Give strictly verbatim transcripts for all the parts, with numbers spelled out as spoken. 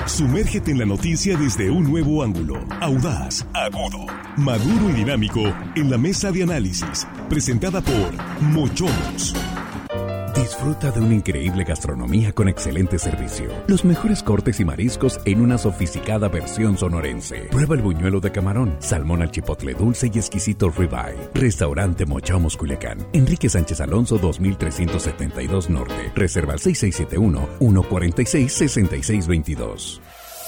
Sumérgete en la noticia desde un nuevo ángulo, audaz, agudo, maduro y dinámico en la mesa de análisis, presentada por Mochomos. Disfruta de una increíble gastronomía con excelente servicio. Los mejores cortes y mariscos en una sofisticada versión sonorense. Prueba el buñuelo de camarón, salmón al chipotle dulce y exquisito ribeye. Restaurante Mochomos Culiacán. Enrique Sánchez Alonso dos mil trescientos setenta y dos Norte. Reserva al seis seis siete uno, uno cuatro seis, seis seis dos dos.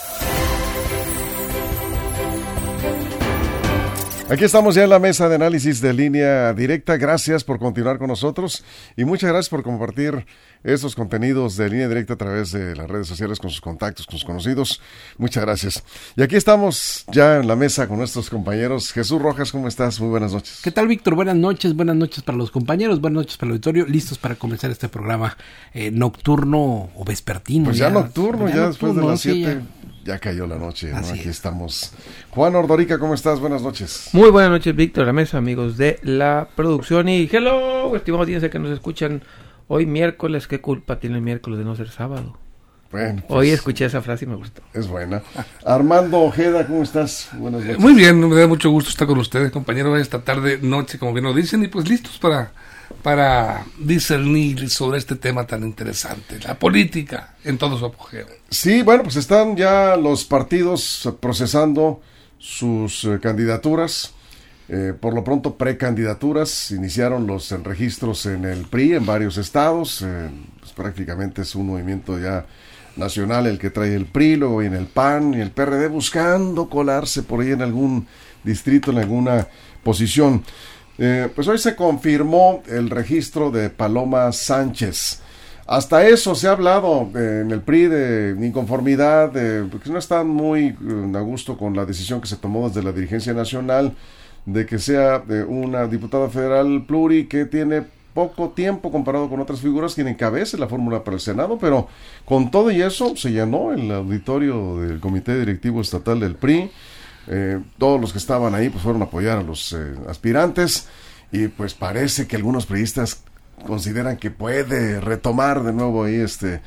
Aquí estamos ya en la mesa de análisis de Línea Directa. Gracias por continuar con nosotros y muchas gracias por compartir estos contenidos de Línea Directa a través de las redes sociales con sus contactos, con sus conocidos. Muchas gracias. Y aquí estamos ya en la mesa con nuestros compañeros. Jesús Rojas, ¿cómo estás? Muy buenas noches. ¿Qué tal, Víctor? Buenas noches, buenas noches para los compañeros, buenas noches para el auditorio. Listos para comenzar este programa eh, nocturno o vespertino. Pues ya, ya nocturno, ya, ya después nocturno, de las siete. Sí, ya. ya cayó la noche, ¿no? Aquí es. estamos. Juan Ordorica, ¿cómo estás? Buenas noches. Muy buenas noches, Víctor, la mesa, amigos de la producción. Y hello, estimados audiencia que nos escuchan hoy miércoles. ¿Qué culpa tiene el miércoles de no ser sábado? Bueno, pues, hoy escuché esa frase y me gustó. Es buena. Armando Ojeda, ¿cómo estás? Buenas noches. Muy bien, me da mucho gusto estar con ustedes, compañeros, esta tarde, noche, como bien lo dicen, y pues listos para, para discernir sobre este tema tan interesante, la política en todo su apogeo. Sí, bueno, pues están ya los partidos procesando sus eh, candidaturas. Eh, por lo pronto, precandidaturas. Iniciaron los eh, registros en el P R I en varios estados. Eh, pues prácticamente es un movimiento ya nacional el que trae el P R I, luego viene el P A N y el P R D buscando colarse por ahí en algún distrito, en alguna posición. Eh, pues hoy se confirmó el registro de Paloma Sánchez. Hasta eso se ha hablado eh, en el P R I de inconformidad, de, porque no están muy eh, a gusto con la decisión que se tomó desde la dirigencia nacional de que sea eh, una diputada federal pluri que tiene poco tiempo comparado con otras figuras que encabece la fórmula para el Senado, pero con todo y eso se llenó el auditorio del Comité Directivo Estatal del P R I. Eh, todos los que estaban ahí pues fueron a apoyar a los eh, aspirantes y pues parece que algunos priistas consideran que puede retomar de nuevo ahí este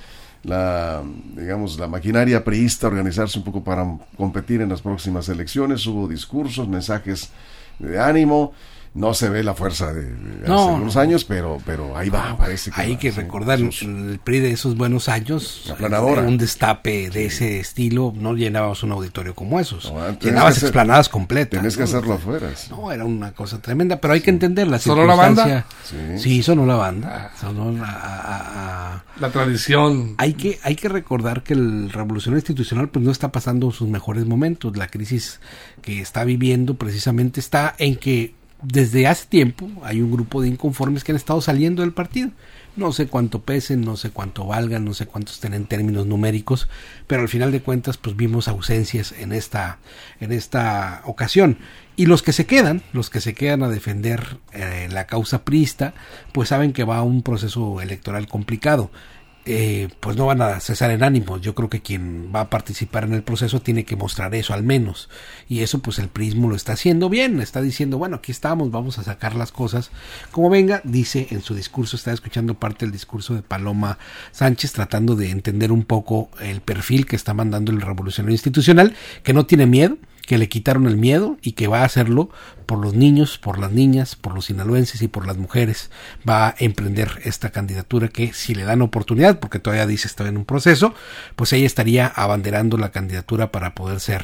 la digamos la maquinaria priista, organizarse un poco para competir en las próximas elecciones. Hubo discursos, mensajes de ánimo. No se ve la fuerza de, de no, hace unos años, pero pero ahí va, no, parece que hay va, que sí, recordar sus... el P R I de esos buenos años. La planadora. Un destape de ese estilo, no llenábamos un auditorio como esos. No, llenabas hacer, explanadas completas. Tenés que ¿no? hacerlo afuera. Sí. No, era una cosa tremenda, pero hay que entender la ¿Sonó la banda? Sí, sí, sonó la banda. Sonó la, a, a, la tradición. Hay que, hay que recordar que el revolucionario institucional pues no está pasando sus mejores momentos. La crisis que está viviendo precisamente está en que desde hace tiempo hay un grupo de inconformes que han estado saliendo del partido. No sé cuánto pesen, no sé cuánto valgan, no sé cuántos estén en términos numéricos, pero al final de cuentas pues vimos ausencias en esta en esta ocasión. Y los que se quedan, los que se quedan a defender eh, la causa priista, pues saben que va a un proceso electoral complicado. Eh, pues no van a cesar en ánimos. Yo creo que quien va a participar en el proceso tiene que mostrar eso al menos, y eso pues el prismo lo está haciendo bien, está diciendo bueno, aquí estamos, vamos a sacar las cosas como venga. Dice en su discurso, está escuchando parte del discurso de Paloma Sánchez, tratando de entender un poco el perfil que está mandando el revolucionario institucional, que no tiene miedo, que le quitaron el miedo y que va a hacerlo por los niños, por las niñas, por los sinaloenses y por las mujeres. Va a emprender esta candidatura que, si le dan oportunidad, porque todavía dice está en un proceso, pues ella estaría abanderando la candidatura para poder ser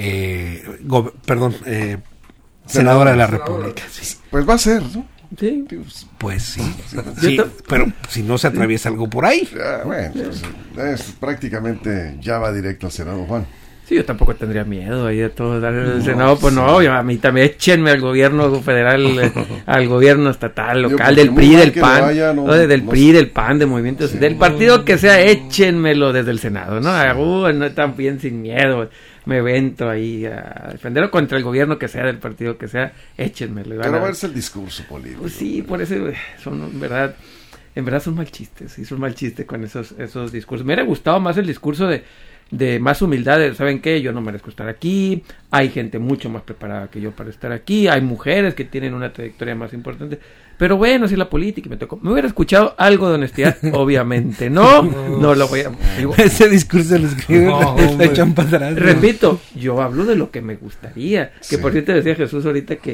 eh, go- perdón eh, senadora de la República. Sí. Pues va a ser, ¿no? Sí. Pues sí, sí, pero si no se atraviesa algo por ahí. Ya, bueno, pues, es, prácticamente ya va directo al Senado, Juan. Sí, yo tampoco tendría miedo ahí de todo dar el no, Senado, pues sí. No, yo, a mí también échenme al gobierno federal, eh, al gobierno estatal, local, del P R I, del P A N, vaya, no, no, del no, P R I, del P A N, de movimientos, sí, del partido que sea, échenmelo desde el Senado, ¿no? Sí. Uh, no también sin miedo, me evento ahí a defenderlo contra el gobierno que sea, del partido que sea, échenmelo. Pero va a ser el discurso político. Pues sí, por eso son, en verdad, en verdad son mal chistes, sí, son mal chistes con esos, esos discursos. Me hubiera gustado más el discurso de de más humildad, de, ¿saben qué? Yo no merezco estar aquí, hay gente mucho más preparada que yo para estar aquí, hay mujeres que tienen una trayectoria más importante, pero bueno, así es la política, me tocó. ¿Me hubiera escuchado algo de honestidad? Obviamente no, no lo voy a... Digo, ese discurso lo escribe, no, está echan para atrás. Repito, yo hablo de lo que me gustaría, que sí. Por cierto decía Jesús ahorita que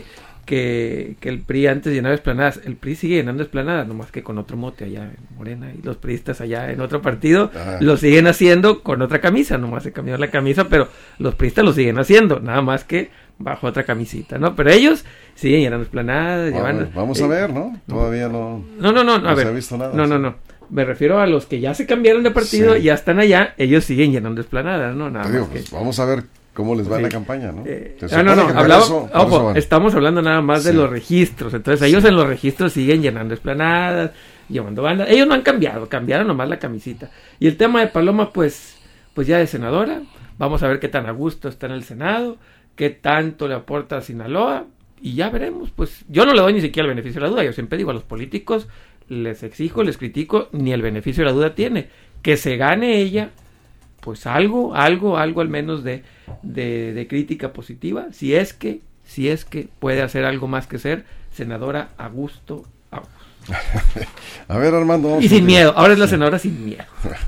Que, que el P R I antes llenaba esplanadas, el P R I sigue llenando esplanadas, nomás que con otro mote allá en Morena, y los priistas allá en otro partido ah. lo siguen haciendo con otra camisa, nomás se cambió la camisa, pero los priistas lo siguen haciendo, nada más que bajo otra camisita, ¿no? Pero ellos siguen llenando esplanadas. Bueno, llevan, vamos eh, a ver, ¿no? Todavía no, no, no, no, no, no a se ver, ha visto nada. No, ¿sí? no, no. Me refiero a los que ya se cambiaron de partido y sí. ya están allá, ellos siguen llenando esplanadas, ¿no? Nada Te digo, más que... pues, vamos a ver cómo les va sí. en la campaña, ¿no? Eh, ah, no, no, hablaba, eso, ojo, estamos hablando nada más sí. de los registros, entonces ellos sí. en los registros siguen llenando esplanadas, llevando bandas, ellos no han cambiado, cambiaron nomás la camisita. Y el tema de Paloma, pues, pues ya es senadora, vamos a ver qué tan a gusto está en el Senado, qué tanto le aporta a Sinaloa, y ya veremos, pues, yo no le doy ni siquiera el beneficio de la duda, yo siempre digo a los políticos, les exijo, les critico, ni el beneficio de la duda tiene, que se gane ella, pues algo, algo, algo al menos de, de, de crítica positiva, si es que, si es que puede hacer algo más que ser senadora a gusto, a gusto. A ver, Armando. Vamos y sin miedo, ahora es la senadora sin miedo.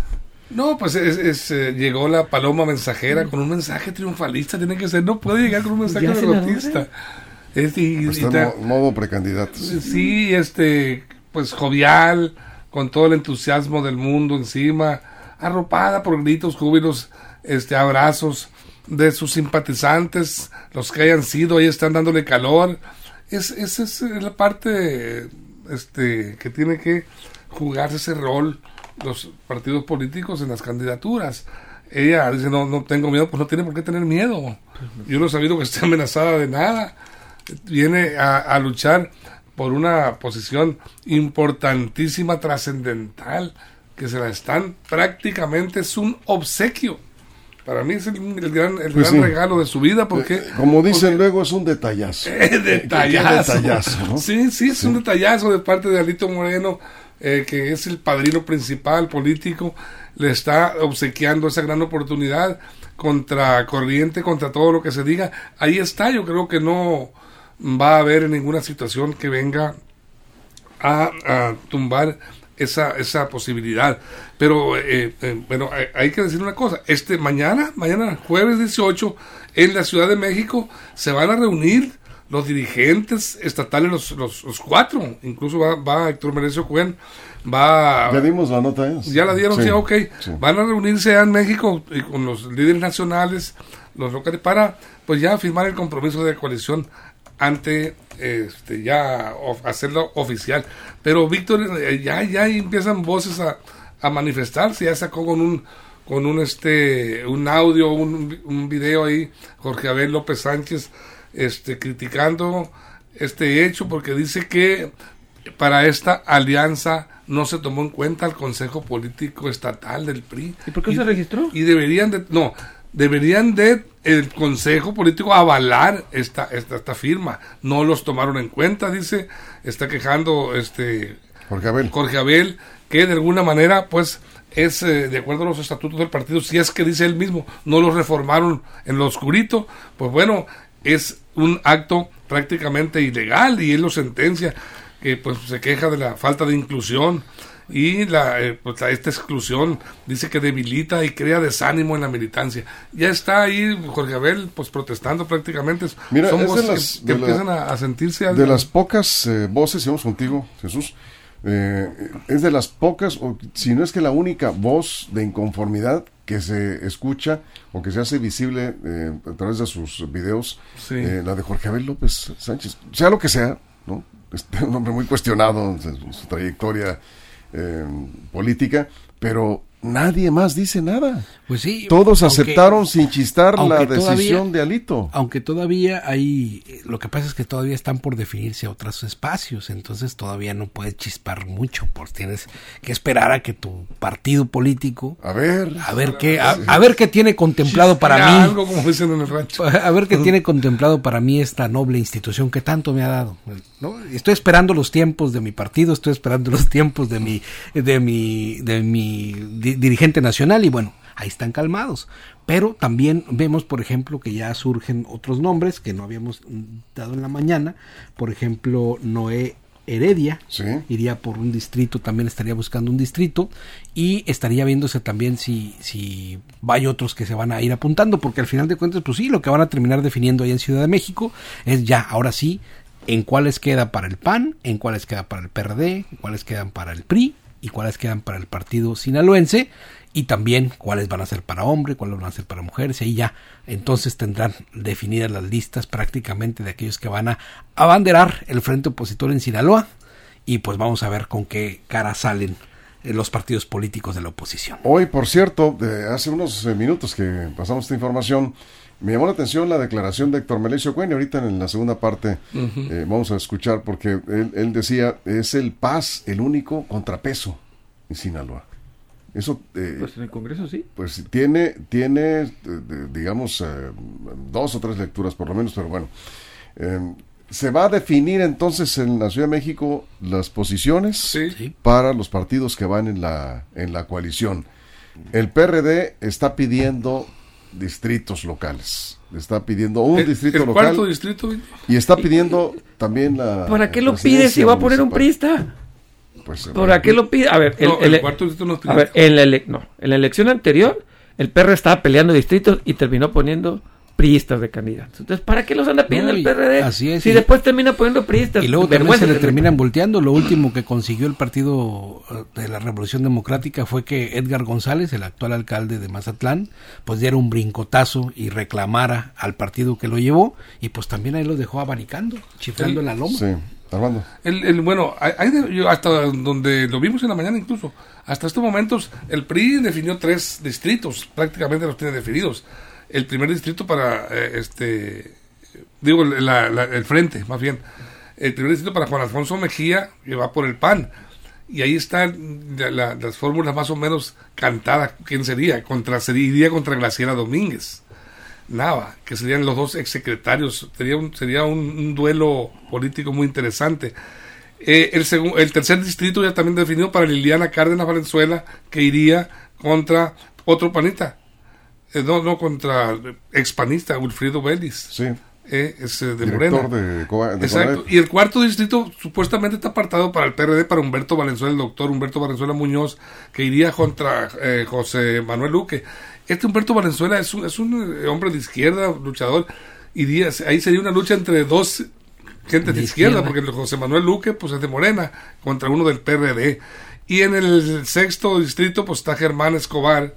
No, pues es, es, eh, llegó la paloma mensajera con un mensaje triunfalista, tiene que ser, no puede llegar con un mensaje derrotista. Es, y, pues y está en modo precandidato. Sí, este, pues jovial, con todo el entusiasmo del mundo encima, arropada por gritos, júbilos, este, abrazos de sus simpatizantes, los que hayan sido, ahí están dándole calor. Es, esa es la parte este, que tiene que jugarse ese rol los partidos políticos en las candidaturas. Ella dice, no, no tengo miedo, pues no tiene por qué tener miedo. Yo no he sabido que esté amenazada de nada. Viene a, a luchar por una posición importantísima, trascendental, que se la están, prácticamente es un obsequio. Para mí es el, el gran, el pues gran sí. regalo de su vida, porque... Eh, como dicen porque, luego, es un detallazo. Eh, detallazo. detallazo, ¿no? Sí, sí, es sí. un detallazo de parte de Alito Moreno, eh, que es el padrino principal político, le está obsequiando esa gran oportunidad contra corriente, contra todo lo que se diga. Ahí está, yo creo que no va a haber ninguna situación que venga a, a tumbar esa esa posibilidad, pero eh, eh, bueno, hay, hay que decir una cosa, este mañana, mañana jueves dieciocho, en la Ciudad de México se van a reunir los dirigentes estatales, los, los, los cuatro, incluso va, va Héctor Merecio Cuen, va... Ya dimos la nota, ¿eh? Ya la dieron, sí, sí ok, sí. Van a reunirse en México y con los líderes nacionales, los locales, para pues ya firmar el compromiso de coalición ante este ya of, hacerlo oficial. Pero Víctor, eh, ya ya empiezan voces a, a manifestarse, ya sacó con un con un este un audio, un, un video ahí Jorge Abel López Sánchez este criticando este hecho, porque dice que para esta alianza no se tomó en cuenta el Consejo Político Estatal del P R I. ¿Y por qué y, se registró? Y deberían de no deberían de el Consejo Político avalar esta, esta esta firma. No los tomaron en cuenta, dice, está quejando este Jorge Abel, Jorge Abel que de alguna manera pues es eh, de acuerdo a los estatutos del partido, si es que dice él mismo, no los reformaron en lo oscurito, pues bueno, es un acto prácticamente ilegal y él lo sentencia, que pues se queja de la falta de inclusión y la, eh, pues, la, esta exclusión dice que debilita y crea desánimo en la militancia. Ya está ahí Jorge Abel pues protestando prácticamente. Mira, son es voces de las, que, que de empiezan la, a, a sentirse de algo. las pocas eh, voces, y vamos contigo, Jesús, eh, es de las pocas, o si no es que la única voz de inconformidad que se escucha o que se hace visible eh, a través de sus videos, sí. eh, la de Jorge Abel López Sánchez, sea lo que sea, ¿no? Este, un hombre muy cuestionado en su, su trayectoria eh, política, pero nadie más dice nada. Pues sí. Todos aunque, aceptaron sin chistar la decisión todavía, de Alito. Aunque todavía hay, lo que pasa es que todavía están por definirse otros espacios, entonces todavía no puedes chispar mucho, porque tienes que esperar a que tu partido político, a ver, a ver qué, a, a ver qué tiene contemplado para mí, algo como dicen en el rancho. A ver qué tiene contemplado para mí esta noble institución que tanto me ha dado, ¿no? Estoy esperando los tiempos de mi partido, estoy esperando los tiempos de mi, de mi, de mi di- dirigente nacional y bueno. ahí están calmados. Pero también vemos, por ejemplo, que ya surgen otros nombres que no habíamos dado en la mañana. Por ejemplo, Noé Heredia, sí. iría por un distrito, también estaría buscando un distrito, y estaría viéndose también si, si hay otros que se van a ir apuntando, porque al final de cuentas, pues sí, lo que van a terminar definiendo ahí en Ciudad de México es ya, ahora sí, en cuáles queda para el P A N, en cuáles queda para el P R D, en cuáles quedan para el P R I, y cuáles quedan para el partido sinaloense, y también cuáles van a ser para hombre, cuáles van a ser para mujeres, y ahí ya entonces tendrán definidas las listas prácticamente de aquellos que van a abanderar el frente opositor en Sinaloa, y pues vamos a ver con qué cara salen los partidos políticos de la oposición. Hoy, por cierto, de hace unos minutos que pasamos esta información, me llamó la atención la declaración de Héctor Melesio Cuen, y ahorita en la segunda parte uh-huh. eh, vamos a escuchar, porque él, él decía, es el P A S el único contrapeso en Sinaloa. Eso, eh, pues en el Congreso sí. Pues tiene, tiene eh, digamos, eh, dos o tres lecturas por lo menos, pero bueno. Eh, se va a definir entonces en la Ciudad de México las posiciones sí. para los partidos que van en la, en la coalición. El P R D está pidiendo distritos locales. Está pidiendo un el, distrito el local. Cuarto distrito. Y está pidiendo también la. ¿Para qué lo pide si va a poner un priista? Pues, ¿Para qué lo pide? A ver, el, no, el, el cuarto distrito no es a ver, en la, ele- no, en la elección anterior, el P R estaba peleando distritos y terminó poniendo priistas de candidatos. Entonces, ¿para qué los anda pidiendo no, el P R D? Así es, si y, después termina poniendo priistas. Y luego también se le terminan volteando. Lo último que consiguió el Partido de la Revolución Democrática fue que Edgar González, el actual alcalde de Mazatlán, pues diera un brincotazo y reclamara al partido que lo llevó, y pues también ahí los dejó abanicando, chiflando el, en la loma. Sí. Armando. El, el, bueno, hay, hay de, yo hasta donde lo vimos en la mañana incluso, hasta estos momentos el P R I definió tres distritos, prácticamente los tiene definidos. El primer distrito para, eh, este, digo, la, la, el frente, más bien. El primer distrito para Juan Alfonso Mejía, que va por el P A N. Y ahí están la, la, las fórmulas más o menos cantadas. ¿Quién sería? Contra, sería, iría contra Graciela Domínguez Nava, que serían los dos exsecretarios. Sería un, sería un, un duelo político muy interesante. Eh, el, segu- el tercer distrito ya también definido para Liliana Cárdenas Valenzuela, que iría contra otro panita. Eh, no, no, contra expanista, Wilfrido Vélez. Sí. Eh, es eh, de Director Morena. De, Co- de Exacto. Conaret. Y el cuarto distrito supuestamente está apartado para el P R D, para Humberto Valenzuela, el doctor Humberto Valenzuela Muñoz, que iría contra eh, José Manuel Luque. Este Humberto Valenzuela es un, es un hombre de izquierda, luchador, y iría, ahí sería una lucha entre dos gentes de, de izquierda, izquierda, porque el José Manuel Luque pues es de Morena, contra uno del P R D. Y en el sexto distrito pues está Germán Escobar,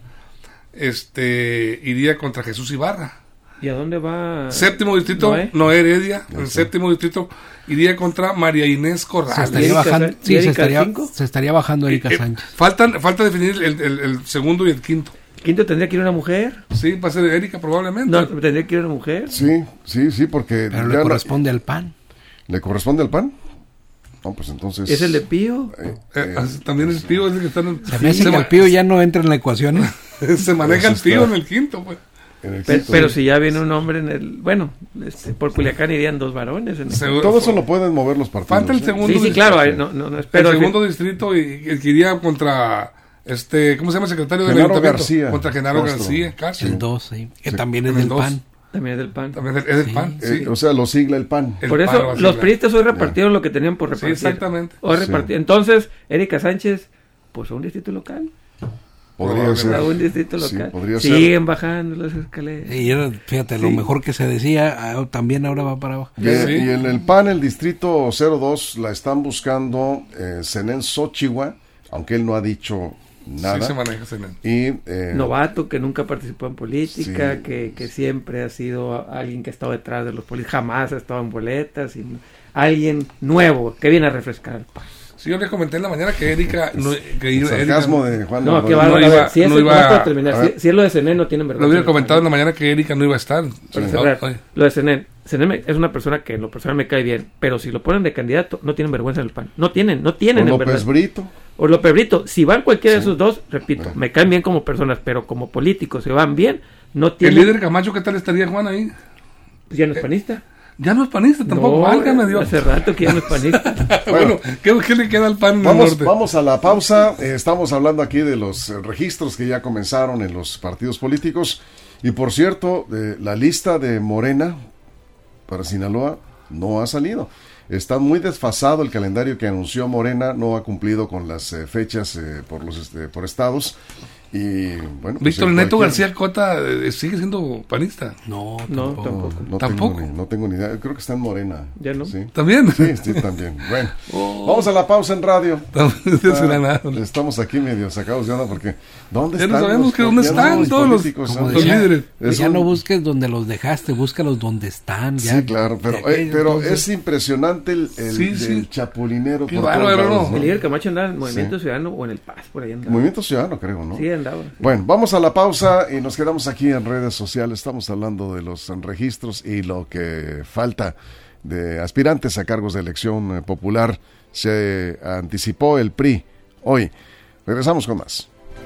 este iría contra Jesús Ibarra. ¿Y a dónde va? Séptimo distrito, Noé, Noé Heredia. En el séptimo distrito iría contra María Inés Corrales. Se estaría bajando, sí, se estaría, se estaría bajando Erika eh, Sánchez. Eh, faltan, falta definir el, el, el segundo y el quinto. ¿Quinto tendría que ir una mujer? Sí, va a ser Erika probablemente. No, tendría que ir una mujer. Sí, sí, sí, porque... Pero le corresponde la... al P A N. ¿Le corresponde al P A N? No, pues entonces... ¿Es el de Pío? Eh, eh, eh, también es el Pío, es el que está en... Se me hace que el Pío ya no entra en la ecuación. Se maneja el Pío en el quinto, pues. El pero, pero si ya viene un hombre en el... Bueno, este, por Culiacán irían dos varones. En el... Seguro, todo eso lo pueden mover los partidos. Falta el segundo ¿eh? Sí, sí, claro. Hay, no, no, no, espero el segundo distrito y el que iría contra... este ¿Cómo se llama el secretario del Ayuntamiento? García. Contra Genaro Castro. García Castro. El dos, sí. Que sí. También es el del dos. P A N. También es del P A N. También es del sí. P A N, sí. Eh, o sea, lo sigla el P A N. El por eso P A N los priistas hoy repartieron yeah. lo que tenían por repartir. Sí, exactamente. Hoy repartir. Sí. Entonces, Erika Sánchez, pues a un distrito local. Podría no, ser. A un distrito local. Sí, podría Siguen ser. bajando las escaleras. Y era, fíjate, sí. lo mejor que se decía, también ahora va para abajo. Y, sí. y en el P A N, el distrito cero dos, la están buscando eh, Zenén Xochihua, aunque él no ha dicho nada. Sí se maneja Zenén. Y, eh, novato, que nunca participó en política, sí. que, que siempre ha sido alguien que ha estado detrás de los políticos, jamás ha estado en boletas, y alguien nuevo que viene a refrescar el país. Sí, yo le comenté en la mañana que Erika... No, que el sarcasmo Erika, de Juan No, que va no a ver, si es no iba, terminar, si, si es lo de Zenén no tienen verdad. Lo había comentado en la mañana que Erika no iba a estar. Sí. Cerrar, lo de Zenén. Zenén es una persona que en lo personal me cae bien, pero si lo ponen de candidato, no tienen vergüenza en el P A N. No tienen, no tienen o en López verdad. Brito. O López Brito. Si van cualquiera sí. de esos dos, repito, bueno. me caen bien como personas, pero como políticos, si van bien, no tienen... ¿El líder Camacho qué tal estaría, Juan, ahí? Pues ya no es panista. Ya no es panista tampoco, no, válgame Dios. Hace rato que ya no es panista. Bueno, ¿qué, ¿qué le queda al P A N en vamos, el norte? Vamos a la pausa. Eh, estamos hablando aquí de los eh, registros que ya comenzaron en los partidos políticos. Y por cierto, eh, la lista de Morena para Sinaloa no ha salido. Está muy desfasado el calendario que anunció Morena, no ha cumplido con las eh, fechas eh, por los este, por estados. Y bueno, pues Víctor Neto cualquier... García Cota eh, sigue siendo panista. No, No, tampoco. tampoco. No, ¿Tampoco? Tengo ni, no tengo ni idea. Creo que está en Morena. ¿Ya no? Sí, ¿También? sí, sí también. Bueno, Oh. vamos a la pausa en radio. Desgranado. Ah, estamos aquí medio sacados de onda porque ¿dónde Ya no están? sabemos los, que dónde ya están los todos los- políticos? Como Son- los decía, líderes. Es ya un- no busques donde los dejaste, búscalos donde están. Ya, Sí, claro, pero, de eh, aquellos, pero entonces, es impresionante el, el, Sí, el sí. chapulinero. Qué por bárbaro, todos lados, ¿no? El líder Camacho andaba en Movimiento Sí. Ciudadano o en el P A S, por ahí andaba. Movimiento Ciudadano, creo, ¿no? Sí, andaba. sí. Bueno, vamos a la pausa y nos quedamos aquí en redes sociales. Estamos hablando de los registros y lo que falta de aspirantes a cargos de elección eh, popular. Se anticipó el P R I hoy. Regresamos con más.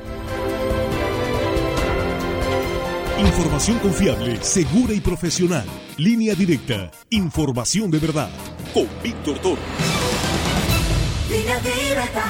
Información confiable, segura y profesional. Línea directa. Información de verdad. Con Víctor Toro. Línea directa.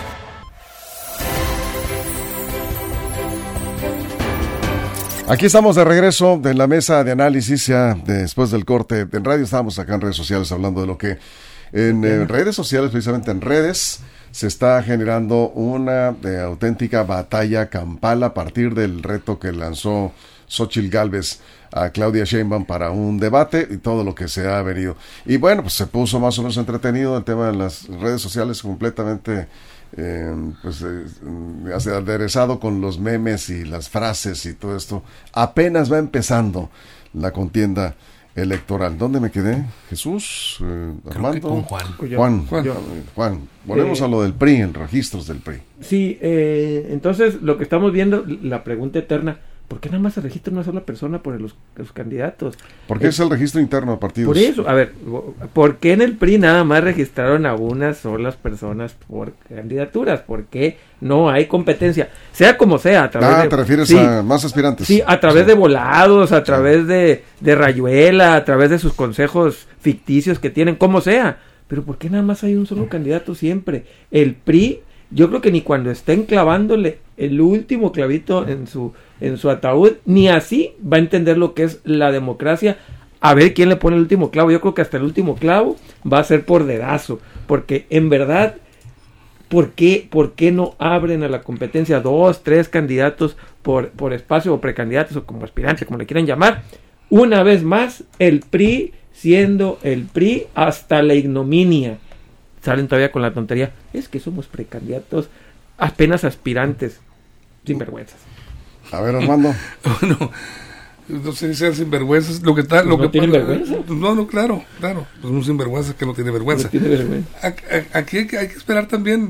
Aquí estamos de regreso de la mesa de análisis ya después del corte. En radio estábamos acá en redes sociales hablando de lo que en eh, redes sociales, precisamente en redes, se está generando una de auténtica batalla campal a partir del reto que lanzó Xóchitl Gálvez a Claudia Sheinbaum para un debate y todo lo que se ha venido. Y bueno, pues se puso más o menos entretenido el tema de las redes sociales completamente eh, pues eh, aderezado con los memes y las frases y todo esto. Apenas va empezando la contienda electoral. ¿Dónde me quedé? Jesús, eh, creo que Armando, con Juan. Yo. Juan, Juan. Juan, Juan. Volvemos Eh, a lo del P R I, en registros del P R I. Sí, eh, entonces lo que estamos viendo, la pregunta eterna, ¿por qué nada más se registra una sola persona por los, los candidatos? Porque Eh, es el registro interno de partidos. Por eso, a ver, ¿por qué en el P R I nada más registraron a unas solas personas por candidaturas? ¿Por qué no hay competencia? Sea como sea, a través Ah, de... te refieres sí, a más aspirantes. Sí, a través Sí. de volados, a través de, de rayuela, a través de sus consejos ficticios que tienen, como sea. Pero ¿por qué nada más hay un solo candidato siempre? El P R I, yo creo que ni cuando estén clavándole el último clavito en su, en su ataúd, ni así va a entender lo que es la democracia. A ver quién le pone el último clavo. Yo creo que hasta el último clavo va a ser por dedazo. Porque en verdad, ¿por qué, por qué no abren a la competencia dos, tres candidatos por, por espacio o precandidatos o como aspirantes, como le quieran llamar? Una vez más, el P R I siendo el P R I hasta la ignominia. Salen todavía con la tontería. Es que somos precandidatos, apenas aspirantes. Sin vergüenzas. A ver, Armando. Bueno, no sé si sean sinvergüenzas. Lo que está, Pues lo no que tienen pasa- vergüenza. No, no, claro, claro. Pues un sinvergüenza que no tiene vergüenza. No tiene vergüenza. Aquí, aquí hay, que, hay que esperar también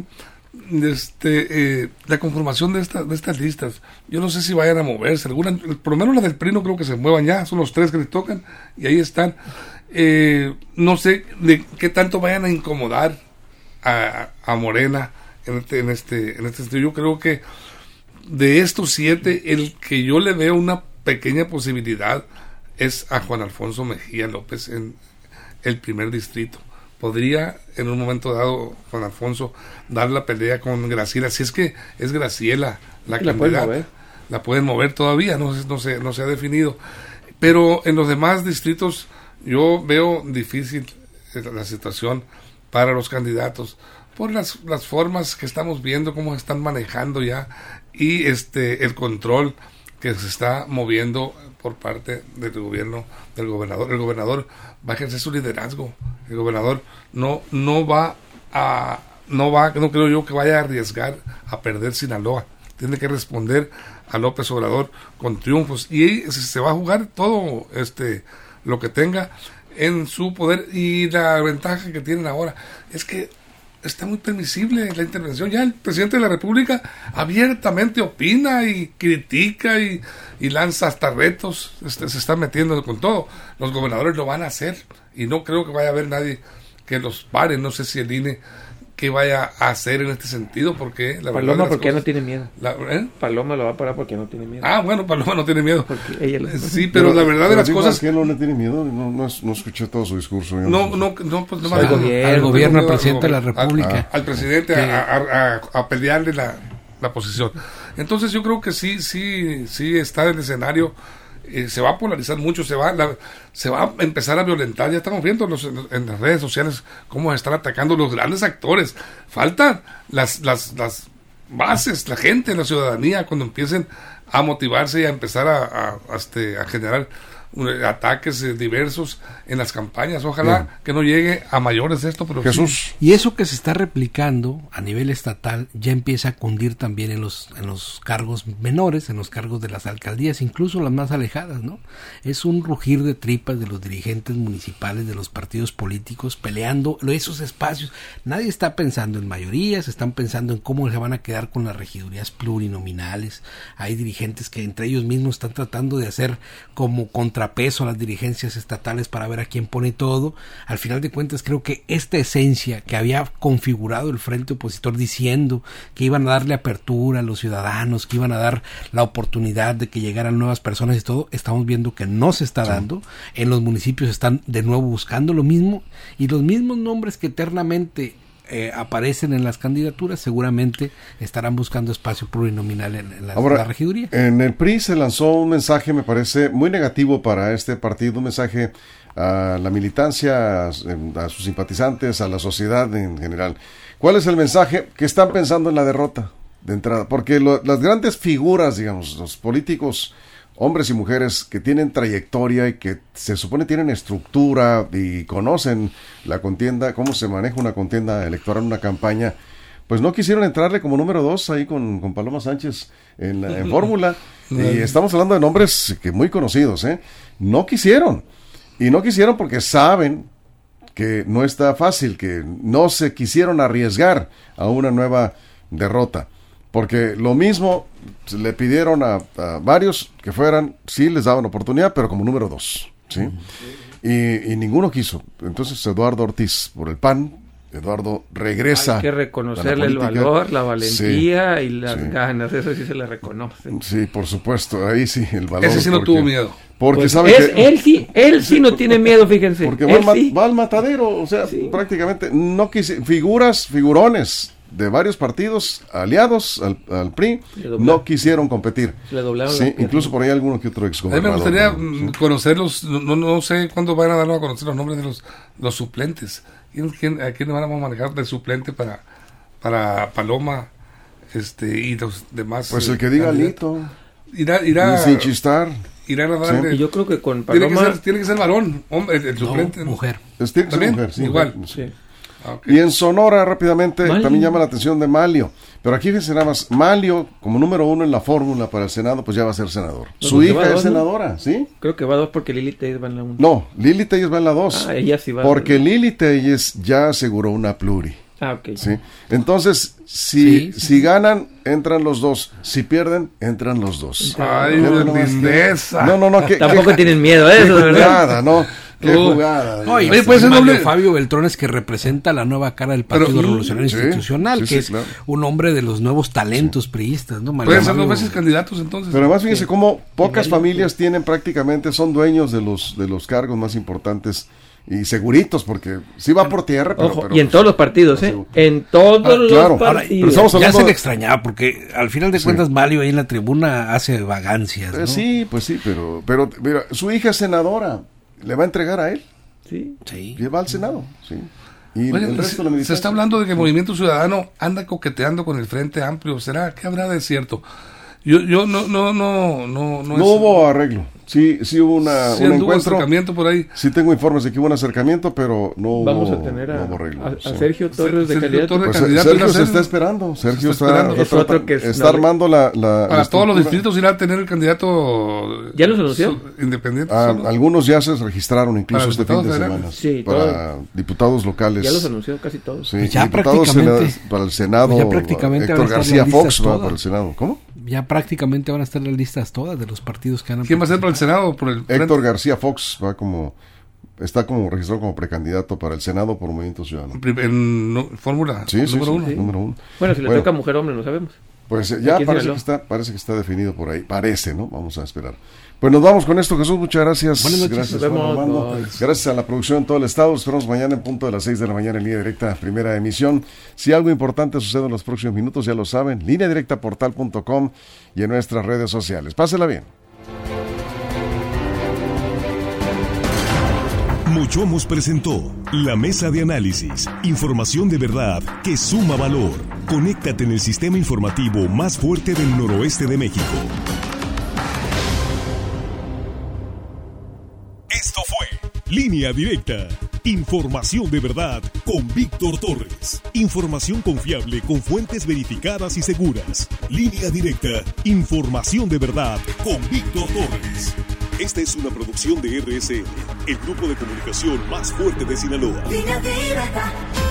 este eh, la conformación de, esta, de estas listas. Yo no sé si vayan a moverse. Alguna, por lo menos las del P R I no creo que se muevan ya. Son los tres que les tocan y ahí están. Eh, no sé de qué tanto vayan a incomodar a, a Morena en este, en este, en este sentido. Yo creo que de estos siete, el que yo le veo una pequeña posibilidad es a Juan Alfonso Mejía López en el primer distrito. Podría en un momento dado Juan Alfonso dar la pelea con Graciela, si es que es Graciela la La pueden candidata. mover. La pueden mover todavía, no, se- no, se, no se ha definido. Pero en los demás distritos yo veo difícil la situación para los candidatos por las, las formas que estamos viendo, cómo se están manejando ya y este el control que se está moviendo por parte del gobierno, del gobernador. El gobernador va a ejercer su liderazgo. El gobernador no, no va a, no va, no creo yo que vaya a arriesgar a perder Sinaloa. Tiene que responder a López Obrador con triunfos y se, se va a jugar todo este lo que tenga en su poder. Y la ventaja que tienen ahora es que está muy permisible la intervención. Ya el presidente de la República abiertamente opina y critica y, y lanza hasta retos. Este, se está metiendo con todo. Los gobernadores lo van a hacer y no creo que vaya a haber nadie que los pare. No sé si el I N E qué vaya a hacer en este sentido, porque la Paloma verdad porque cosas, no tiene miedo. La, ¿eh? Paloma lo va a parar porque no tiene miedo. Ah, bueno, Paloma no tiene miedo. Porque ella lo... Sí, pero, pero la verdad de las cosas... ¿Por qué no le tiene miedo? No, no, no escuché todo su discurso. No, no, no, no, pues no, al, gobierno, al gobierno, al presidente de la República. A, al presidente a, a, a, a pelearle la, la posición. Entonces yo creo que sí, sí, sí está en el escenario. Eh, se va a polarizar mucho, se va la, se va a empezar a violentar. Ya estamos viendo los, en, en las redes sociales cómo están atacando los grandes actores. Faltan las, las, las bases, la gente, la ciudadanía, cuando empiecen a motivarse y a empezar a, a, a, este, a generar un, ataques eh, diversos en las campañas. Ojalá Bien. que no llegue a mayores esto, pero Jesús. Sí. Y eso que se está replicando a nivel estatal ya empieza a cundir también en los en los cargos menores, en los cargos de las alcaldías, incluso las más alejadas, ¿no? Es un rugir de tripas de los dirigentes municipales, de los partidos políticos peleando esos espacios. Nadie está pensando en mayorías, están pensando en cómo se van a quedar con las regidurías plurinominales. Hay dirigentes que entre ellos mismos están tratando de hacer como contrapeso a las dirigencias estatales para ver a quién pone todo. Al final de cuentas creo que esta esencia que había configurado el frente opositor diciendo que iban a darle apertura a los ciudadanos, que iban a dar la oportunidad de que llegaran nuevas personas y todo, estamos viendo que no se está dando. En los municipios están de nuevo buscando lo mismo y los mismos nombres que eternamente Eh, aparecen en las candidaturas, seguramente estarán buscando espacio plurinominal en, en la, Ahora, la regiduría. En el P R I se lanzó un mensaje, me parece, muy negativo para este partido, un mensaje a la militancia, a, a sus simpatizantes, a la sociedad en general. ¿Cuál es el mensaje? Que están pensando en la derrota de entrada, porque lo, las grandes figuras, digamos, los políticos, hombres y mujeres que tienen trayectoria y que se supone tienen estructura y conocen la contienda, cómo se maneja una contienda electoral, una campaña, pues no quisieron entrarle como número dos ahí con, con Paloma Sánchez en, en fórmula. Y estamos hablando de nombres que muy conocidos, ¿eh? No quisieron. Y no quisieron porque saben que no está fácil, que no se quisieron arriesgar a una nueva derrota. Porque lo mismo le pidieron a, a varios que fueran, sí les daban oportunidad, pero como número dos, ¿sí? Uh-huh. Y, y ninguno quiso. Entonces Eduardo Ortiz, por el P A N, Eduardo regresa. Hay que reconocerle el valor, la valentía sí, y las sí. ganas, eso sí se le reconoce. Sí, por supuesto, ahí sí, el valor. Ese sí no porque, tuvo miedo. Porque pues sabe es, que... Él sí, él sí no tiene miedo, fíjense. Porque va, al, sí. va al matadero, o sea, sí. prácticamente no quise, figuras, figurones de varios partidos aliados al, al P R I no quisieron competir. Le doblaron sí, incluso por ahí alguno que otro exgobernador. A mí me gustaría ¿no? conocerlos, no, no sé cuándo van a darnos a conocer los nombres de los, los suplentes. ¿Quién, quién, ¿A quién vamos a manejar de suplente para, para Paloma este y los demás? Pues el que diga Lito. Irá, irá, sin chistar. Irán a darle. Sí. Yo creo que con Paloma. Tiene que ser, tiene que ser varón, hombre, el, el suplente. No, mujer. Es, tiene que ser mujer, sí. Igual. Sí. Okay. Y en Sonora, rápidamente, Malio. También llama la atención de Malio. Pero aquí fíjense nada más, Malio, como número uno en la fórmula para el Senado, pues ya va a ser senador. Pues Su hija es dos, senadora, ¿no? ¿Sí? Creo que va a dos porque Lili Telles va en la uno. No, Lili Telles va en la dos. Ah, ella sí va. Porque Lili Telles ya aseguró una pluri. Ah, ok. ¿Sí? Entonces, si, sí, sí. si ganan, entran los dos. Si pierden, entran los dos. Ay, lindeza. No, no, no. Que, Tampoco que, tienen miedo de eso, ¿verdad? Nada, ¿no? Qué uh, jugada. No, y pues es Mario Fabio Beltrones, que representa la nueva cara del Partido Pero, Revolucionario sí, Institucional, sí, sí, que es claro. un hombre de los nuevos talentos sí. priistas, ¿no? Pueden ser dos veces candidatos entonces. Pero además fíjense sí. cómo pocas familias sí. tienen prácticamente, son dueños de los de los cargos más importantes y seguritos, porque sí va por tierra. Pero, Ojo, pero, y en pues, todos los partidos, ¿eh? En todos ah, los claro. partidos. Ahora, ya se le extrañaba, porque al final de cuentas sí. Mario ahí en la tribuna hace vagancias, ¿no? Eh, sí, pues sí, pero, pero mira, su hija es senadora, ¿le va a entregar a él? Sí. sí. Y va al Senado, sí. Y Oye, el resto se, de la se está hablando de que el Movimiento Ciudadano anda coqueteando con el Frente Amplio. ¿Será? ¿Qué habrá de cierto? Yo, yo no, no, no, no, no. No es, hubo arreglo. Sí, sí hubo una, sí, un encuentro. acercamiento por ahí. Sí tengo informes de que hubo un acercamiento, pero no hubo. Vamos a tener a, no arreglo, a, a sí. Sergio Torres de Sergio candidato. Torres Pues candidato Sergio se ser, está esperando. Sergio está, está, esperando. está, es otro que es, está no, armando la, la para la todos los distritos irá a tener el candidato. ¿Ya los anunció? Independiente. Ah, algunos ya se registraron incluso este fin de federales. semana. Sí, para todo. diputados locales. Ya los anunció casi todos. Sí, ya diputados prácticamente, senad, para el Senado. pues ya prácticamente Héctor García Fox va para el Senado. ¿Cómo? Ya prácticamente van a estar las listas todas de los partidos que han. ¿Quién va a ser para el Senado? Por el Héctor García Fox va como está como registrado como precandidato para el Senado por Movimiento Ciudadano. En no, fórmula sí, número, sí, uno. Sí, número uno. Bueno, si le bueno, toca mujer o hombre, no sabemos. Pues ya parece que, está, parece que está definido por ahí. Parece, ¿no? Vamos a esperar. Pues nos vamos con esto, Jesús. Muchas gracias. Buenas noches. Gracias, Nos vemos. Juan Armando. Gracias a la producción en todo el estado. Nos esperamos mañana en punto de las seis de la mañana en Línea Directa, primera emisión. Si algo importante sucede en los próximos minutos, ya lo saben. Línea Directa portal punto com y en nuestras redes sociales. Pásela bien. Mochomos presentó la mesa de análisis, información de verdad que suma valor. Conéctate en el sistema informativo más fuerte del noroeste de México. Esto fue Línea Directa, información de verdad con Víctor Torres. Información confiable con fuentes verificadas y seguras. Línea Directa, información de verdad con Víctor Torres. Esta es una producción de R S N, el grupo de comunicación más fuerte de Sinaloa. Línea Directa.